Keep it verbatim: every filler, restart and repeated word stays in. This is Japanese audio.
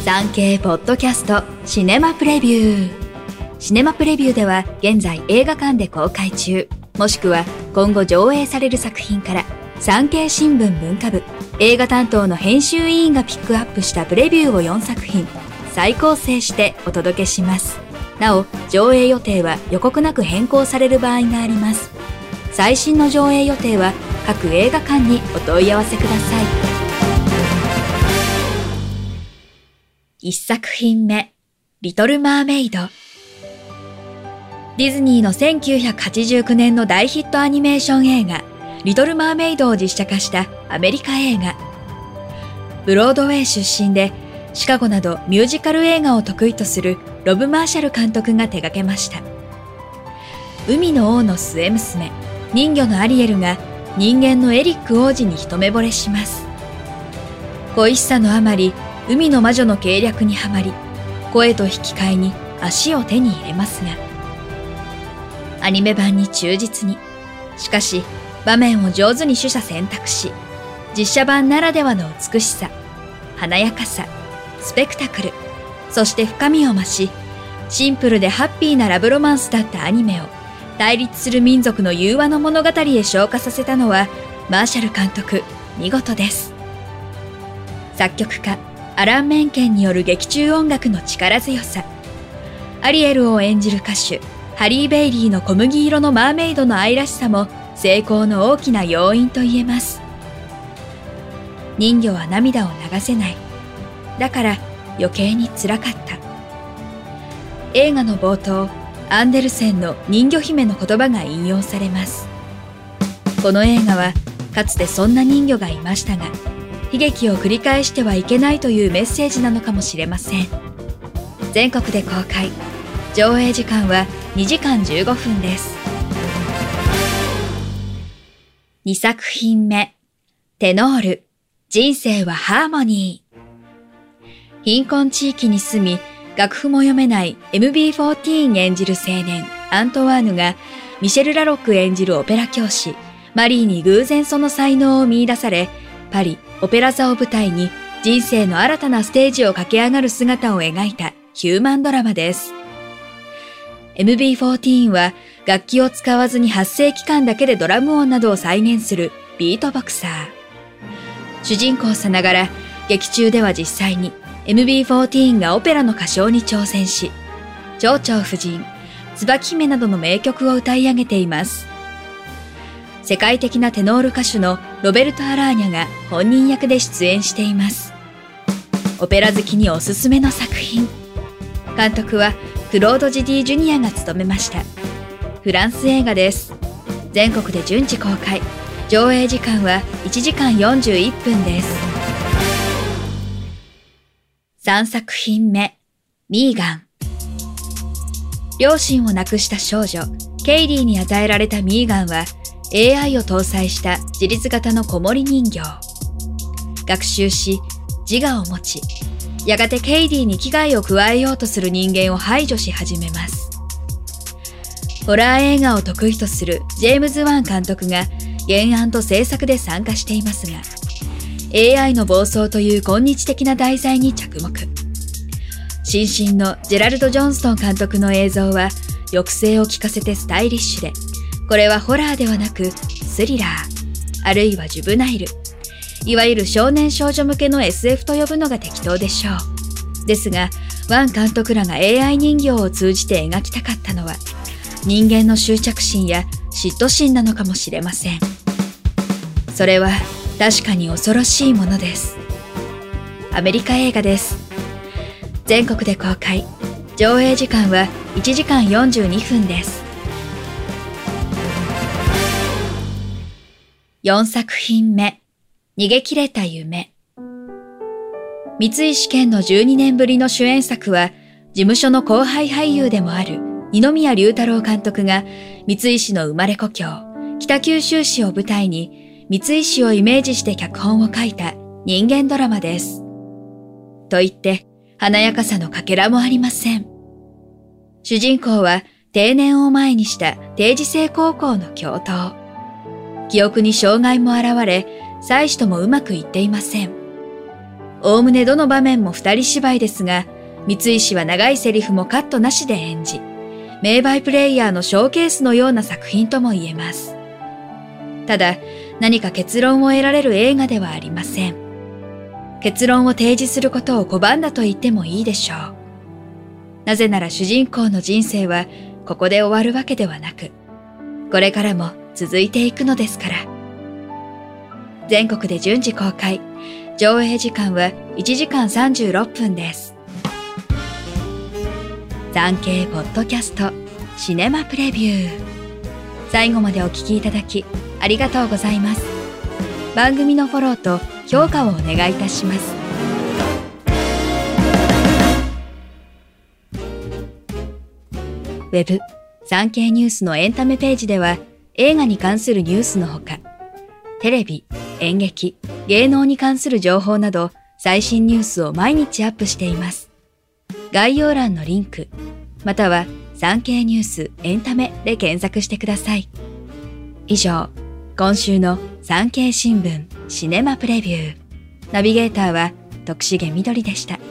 産経ポッドキャストシネマプレビュー。シネマプレビューでは現在映画館で公開中、もしくは今後上映される作品から産経新聞文化部映画担当の編集委員がピックアップしたプレビューをよんさく品再構成してお届けします。なお、上映予定は予告なく変更される場合があります。最新の上映予定は各映画館にお問い合わせください。一作品目、リトル・マーメイド。ディズニーのせんきゅうひゃくはちじゅうきゅうねんの大ヒットアニメーション映画、リトル・マーメイドを実写化したアメリカ映画。ブロードウェイ出身で、シカゴなどミュージカル映画を得意とするロブ・マーシャル監督が手掛けました。海の王の末娘、人魚のアリエルが人間のエリック王子に一目惚れします。恋しさのあまり、海の魔女の計略にはまり、声と引き換えに足を手に入れますが、アニメ版に忠実に、しかし場面を上手に取捨選択し、実写版ならではの美しさ、華やかさ、スペクタクル、そして深みを増し、シンプルでハッピーなラブロマンスだったアニメを対立する民族の融和の物語へ昇華させたのはマーシャル監督、見事です。作曲家アラン・メンケンによる劇中音楽の力強さ、アリエルを演じる歌手ハリー・ベイリーの小麦色のマーメイドの愛らしさも成功の大きな要因と言えます。人魚は涙を流せない。だから余計に辛かった。映画の冒頭、アンデルセンの人魚姫の言葉が引用されます。この映画はかつてそんな人魚がいましたが、悲劇を繰り返してはいけないというメッセージなのかもしれません。全国で公開、上映時間はにじかんじゅうごふんです。にさく品目、テノール、人生はハーモニー。貧困地域に住み、楽譜も読めない エムビーフォーティーン 演じる青年、アントワーヌが、ミシェル・ラロック演じるオペラ教師、マリーに偶然その才能を見出され、パリ、オペラ座を舞台に人生の新たなステージを駆け上がる姿を描いたヒューマンドラマです。エムビーフォーティーン は楽器を使わずに発声器官だけでドラム音などを再現するビートボクサー。主人公さながら劇中では実際に エムビーフォーティーン がオペラの歌唱に挑戦し、蝶々夫人、椿姫などの名曲を歌い上げています。世界的なテノール歌手のロベルト・アラーニャが本人役で出演しています。オペラ好きにおすすめの作品。監督はクロード・ジディ・ジュニアが務めました。フランス映画です。全国で順次公開。上映時間はいちじかんよんじゅういっぷんです。さんさく品目、ミーガン。両親を亡くした少女、ケイリーに与えられたミーガンは、エーアイ を搭載した自律型の子守人形。学習し、自我を持ち、やがてケイリーに危害を加えようとする人間を排除し始めます。ホラー映画を得意とするジェームズ・ワン監督が原案と制作で参加していますが、エーアイ の暴走という今日的な題材に着目。新進のジェラルド・ジョンストン監督の映像は抑制を効かせてスタイリッシュで、これはホラーではなくスリラー、あるいはジュブナイル、いわゆる少年少女向けの エスエフ と呼ぶのが適当でしょう。ですが、ワン監督らが エーアイ 人形を通じて描きたかったのは、人間の執着心や嫉妬心なのかもしれません。それは確かに恐ろしいものです。アメリカ映画です。全国で公開。上映時間はいちじかんよんじゅうにふんです。よんさく品目、逃げ切れた夢。三井試験のじゅうにねんぶりの主演作は、事務所の後輩俳優でもある二宮龍太郎監督が三井市の生まれ故郷、北九州市を舞台に三井市をイメージして脚本を書いた人間ドラマです。と言って、華やかさのかけらもありません。主人公は定年を前にした定時制高校の教頭。記憶に障害も現れ、妻子ともうまくいっていません。 おおむねどの場面も二人芝居ですが、三石は長いセリフもカットなしで演じ、名バイプレイヤーのショーケースのような作品とも言えます。ただ、何か結論を得られる映画ではありません。結論を提示することを拒んだと言ってもいいでしょう。なぜなら主人公の人生はここで終わるわけではなく、これからも続いていくのですから。全国で順次公開、上映時間はいちじかんさんじゅうろっぷんです。産経ポッドキャストシネマプレビュー。最後までお聞きいただきありがとうございます。番組のフォローと評価をお願いいたします。ウェブ産経ニュースのエンタメページでは、映画に関するニュースのほか、テレビ、演劇、芸能に関する情報など最新ニュースを毎日アップしています。概要欄のリンク、または産経ニュースエンタメで検索してください。以上、今週の産経新聞シネマプレビュー。ナビゲーターは徳重みどりでした。